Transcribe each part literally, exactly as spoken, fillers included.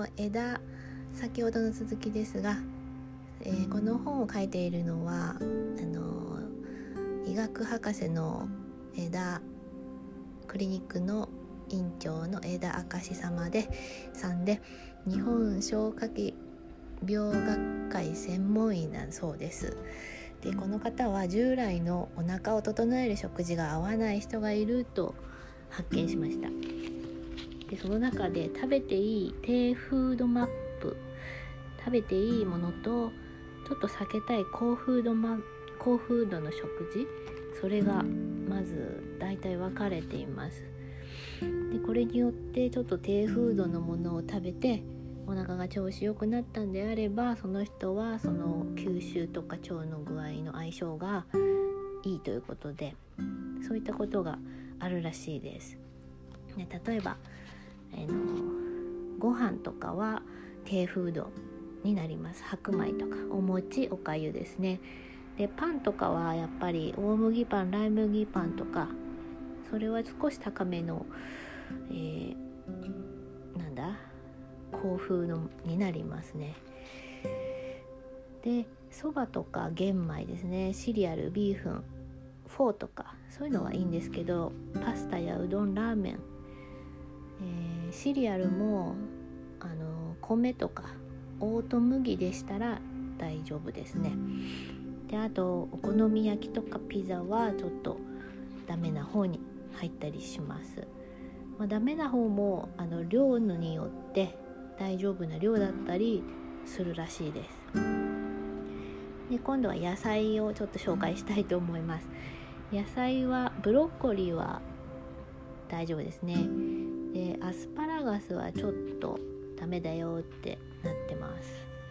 の枝、先ほどの続きですが、えー、この本を書いているのはあの医学博士の枝クリニックの院長の枝明石様でさんで、日本消化器病学会専門医だそうです。でこの方は従来のお腹を整える食事が合わない人がいると発見しました。でその中で食べていい低フードマップ、食べていいものとちょっと避けたい高フードマ高フードの食事、それがまず大体分かれています。でこれによってちょっと低フードのものを食べてお腹が調子良くなったんであれば、その人はその吸収とか腸の具合の相性がいいということで、そういったことがあるらしいです。で例えばあのご飯とかは低フードになります。白米とかお餅、おかゆですね。でパンとかはやっぱり大麦パン、ライ麦パンとか、それは少し高めの、えー、なんだ高フードになりますね。でそばとか玄米ですね、シリアル、ビーフン、フォーとかそういうのはいいんですけど、パスタやうどん、ラーメン、えー、シリアルもあの米とかオート麦でしたら大丈夫ですね。であとお好み焼きとかピザはちょっとダメな方に入ったりします。まあ、ダメな方もあの量によって大丈夫な量だったりするらしいです。で今度は野菜をちょっと紹介したいと思います。野菜はブロッコリーは大丈夫ですね。でアスパラガスはちょっとダメだよってなってます。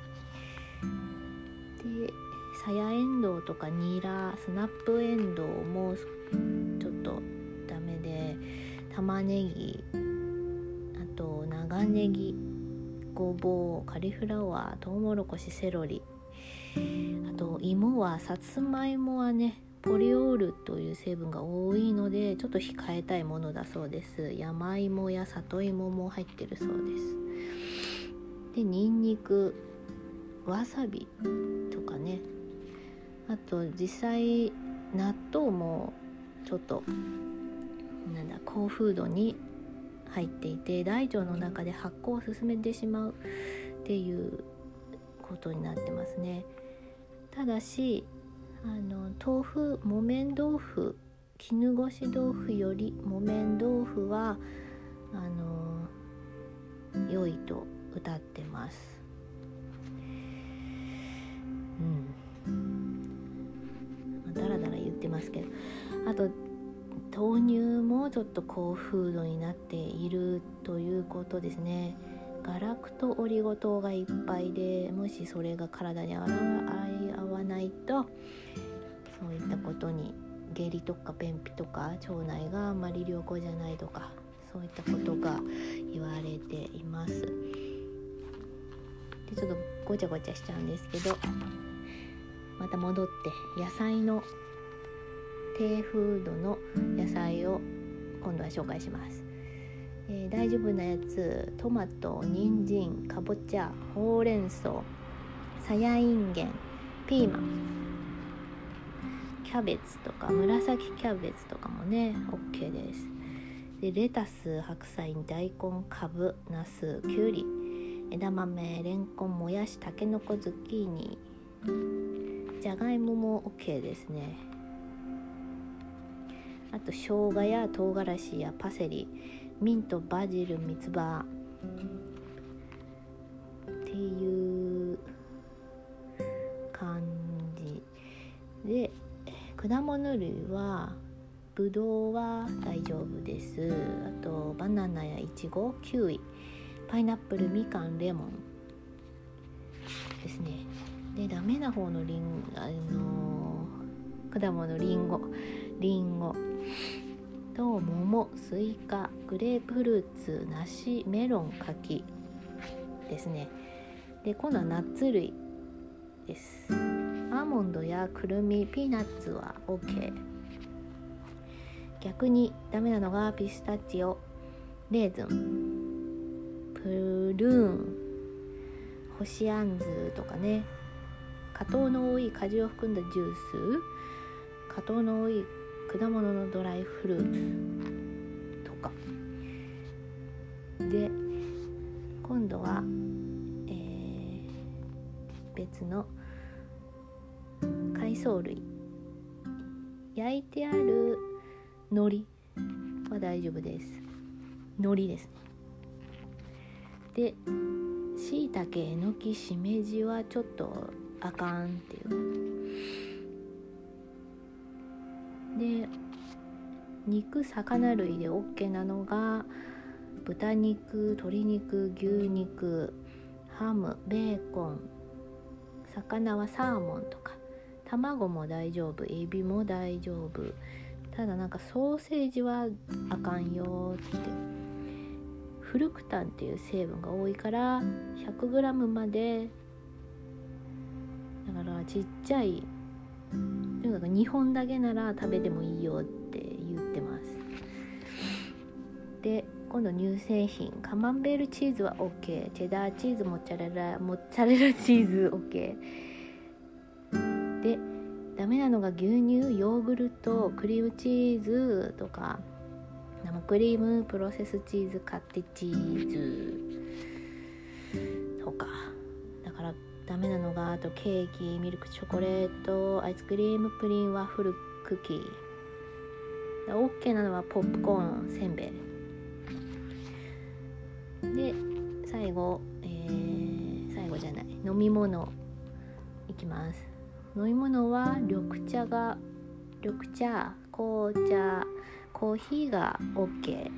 でさやえんどうとかニラ、スナップエンドウもちょっとダメで、玉ねぎ、あと長ネギ、ごぼう、カリフラワー、トウモロコシ、セロリ、あと芋はさつまいもはねポリオールという成分が多いのでちょっと控えたいものだそうです。山芋や里芋も入ってるそうです。でニンニク、わさびとかね、あと実際納豆もちょっとなんだ高フードに入っていて、大腸の中で発酵を進めてしまうっていうことになってますね。ただしあの豆腐、木綿豆腐、絹ごし豆腐より木綿豆腐はあの良いと歌ってます。うんだらだら言ってますけど、あと豆乳もちょっと高フードになっているということですね。ガラクトオリゴ糖がいっぱいで、もしそれが体に合わないとそういったことに下痢とか便秘とか腸内があまり良好じゃないとか、そういったことが言われています。でちょっとごちゃごちゃしちゃうんですけど、また戻って野菜の低フードの野菜を今度は紹介します。えー、大丈夫なやつ、トマト、人参、かぼちゃ、ほうれん草、さやいんげん、ピーマン、キャベツとか紫キャベツとかもね OK です。でレタス、白菜、大根、かぶ、ナス、きゅうり、枝豆、レンコン、もやし、たけのこ、ズッキーニ、じゃがいもも OK ですね。あと生姜や唐辛子やパセリ、ミント、バジル、三つ葉っていう感じで、果物類はぶどうは大丈夫です。あとバナナやイチゴ、キウイ、パイナップル、みかん、レモンですね。でダメな方のリン、あのー、果物、リンゴリンゴと桃、スイカ、グレープフルーツ、梨、メロン、柿ですね。で今度はナッツ類です。アーモンドやくるみ、ピーナッツは OK。 逆にダメなのがピスタチオ、レーズン、プルーン、 干しあんずとかね、果糖の多い果汁を含んだジュース、果糖の多い果物のドライフルーツとかで、今度は、えー、別の海藻類、焼いてある海苔は大丈夫です。海苔ですね。で、椎茸、えのき、しめじはちょっとあかんっていう。で、肉、魚類で OK なのが豚肉、鶏肉、牛肉、ハム、ベーコン、魚はサーモンとか、卵も大丈夫、エビも大丈夫。ただなんかソーセージはあかんよって、フルクタンっていう成分が多いから ひゃくグラム まで、だからちっちゃい、とにかくにほんだけなら食べてもいいよって言ってます。で、今度乳製品、カマンベールチーズは OK、 チェダーチーズ、モッツァレラモッツァレラチーズ OK で、ダメなのが牛乳、ヨーグルト、クリームチーズとか生クリーム、プロセスチーズ、カテチーズとか。だからダメなのが、あとケーキ、ミルクチョコレート、アイスクリーム、プリン、ワッフル、クッキー。OK なのはポップコーン、せんべいで、最後、えー、最後じゃない飲み物いきます。飲み物は緑茶が緑茶、紅茶、コーヒーが OK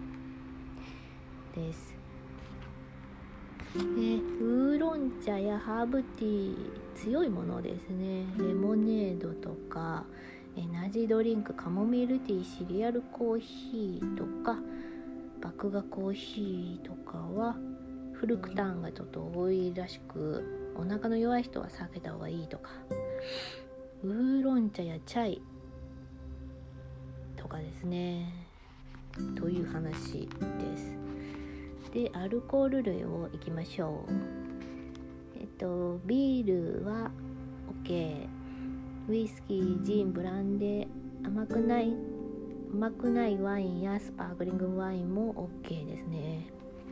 です。で、ウーロン茶やハーブティー、強いものですね、レモネードとかエナジードリンク、カモミールティー、シリアルコーヒーとか麦芽コーヒーとかはフルクタンがちょっと多いらしく、お腹の弱い人は避けた方がいいとか、ウーロン茶やチャイとかですね、という話です。で、アルコール類をいきましょう。えっとビールは OK、 ウイスキー、ジン、ブランデー、甘くない甘くないワインやスパークリングワインも OK ですね。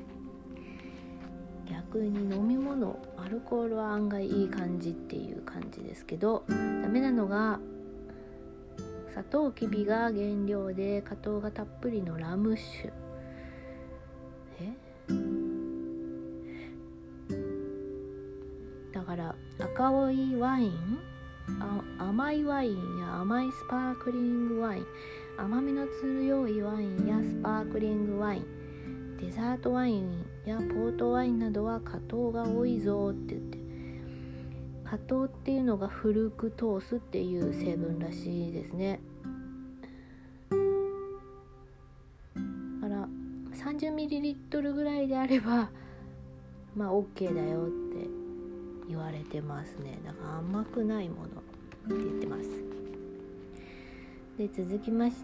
逆に飲み物、アルコールは案外いい感じっていう感じですけど、ダメなのがサトウキビが原料で果糖がたっぷりのラム酒。えだから赤いワイン、あ甘いワインや甘いスパークリングワイン、甘みの強いワインやスパークリングワイン、デザートワインやポートワインなどは果糖が多いぞって言って、果糖っていうのがフルクトースっていう成分らしいですね。だから さんじゅうミリリットル ぐらいであればまあ OK だよって言われてますね。だから甘くないものって言ってます。で、続きまして、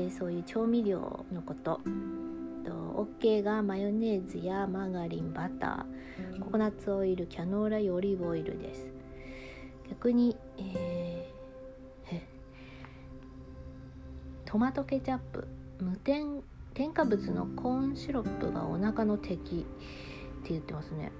そういう調味料のことと OK がマヨネーズやマーガリン、バター、ココナッツオイル、キャノーラ油、オリーブオイルです。逆に、えー、トマトケチャップ、無添添加物のコーンシロップがお腹の敵って言ってますね。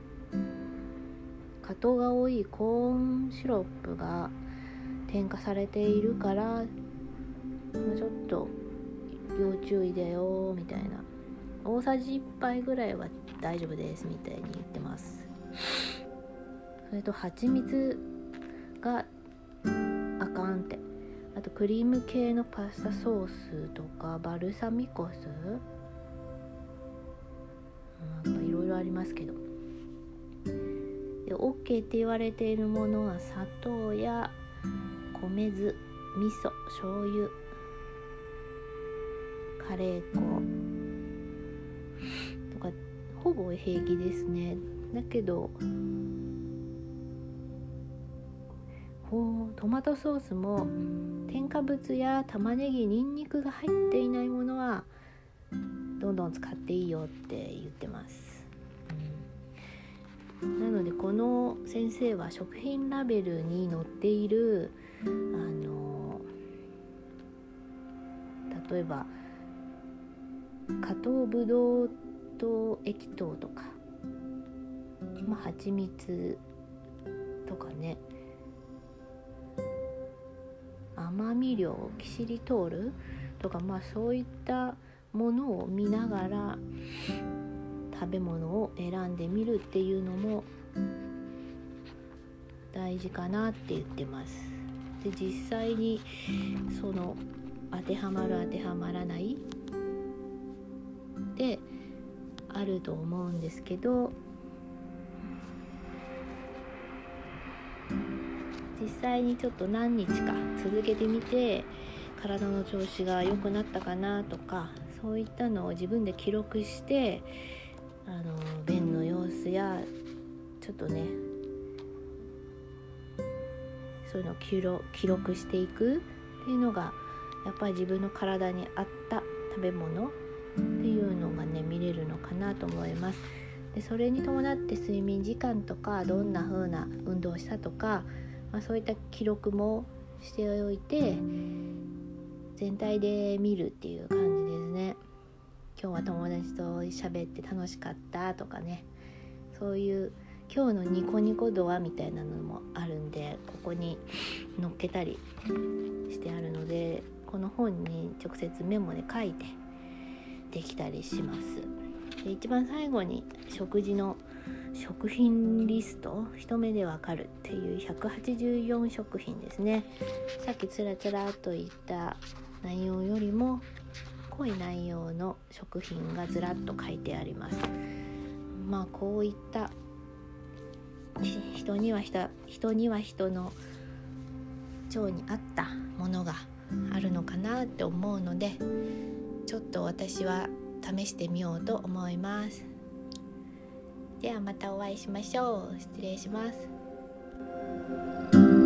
果糖が多いコーンシロップが添加されているからちょっと要注意だよみたいな、大さじいっぱいぐらいは大丈夫ですみたいに言ってます。それと蜂蜜があかんって。あとクリーム系のパスタソースとかバルサミコ酢、いろいろありますけど、で OK って言われているものは砂糖や米酢、味噌、醤油、カレー粉とかほぼ平気ですね。だけどトマトソースも添加物や玉ねぎ、ニンニクが入っていないものはどんどん使っていいよって言ってます、 なのでこの先生は食品ラベルに載っているあの例えば加糖ブドウ糖液糖とか、まあ、蜂蜜とかね、甘味料キシリトールとか、まあそういったものを見ながら食べ物を選んでみるっていうのも大事かなって言ってます。で、実際にその当てはまる当てはまらないであると思うんですけど、実際にちょっと何日か続けてみて体の調子が良くなったかなとか、そういったのを自分で記録して、あの便の様子やちょっとねそういうのを記録、記録していくっていうのがやっぱり自分の体に合った食べ物っていうのがね見れるのかなと思います。でそれに伴って睡眠時間とかどんな風な運動をしたとか、まあ、そういった記録もしておいて全体で見るっていう感じですね。今日は友達と喋って楽しかったとかね、そういう今日のニコニコ度はみたいなのもあるんで、ここに載っけたりしてあるので、この本に直接メモで書いてできたりします。で一番最後に食事の食品リスト、一目でわかるっていうひゃくはちじゅうよんしょく品ですね。さっきつらつらと言った内容よりも濃い内容の食品がずらっと書いてあります。まあこういった人には人、人には人の腸に合ったものがあるのかなって思うので、ちょっと私は試してみようと思います。ではまたお会いしましょう。失礼します。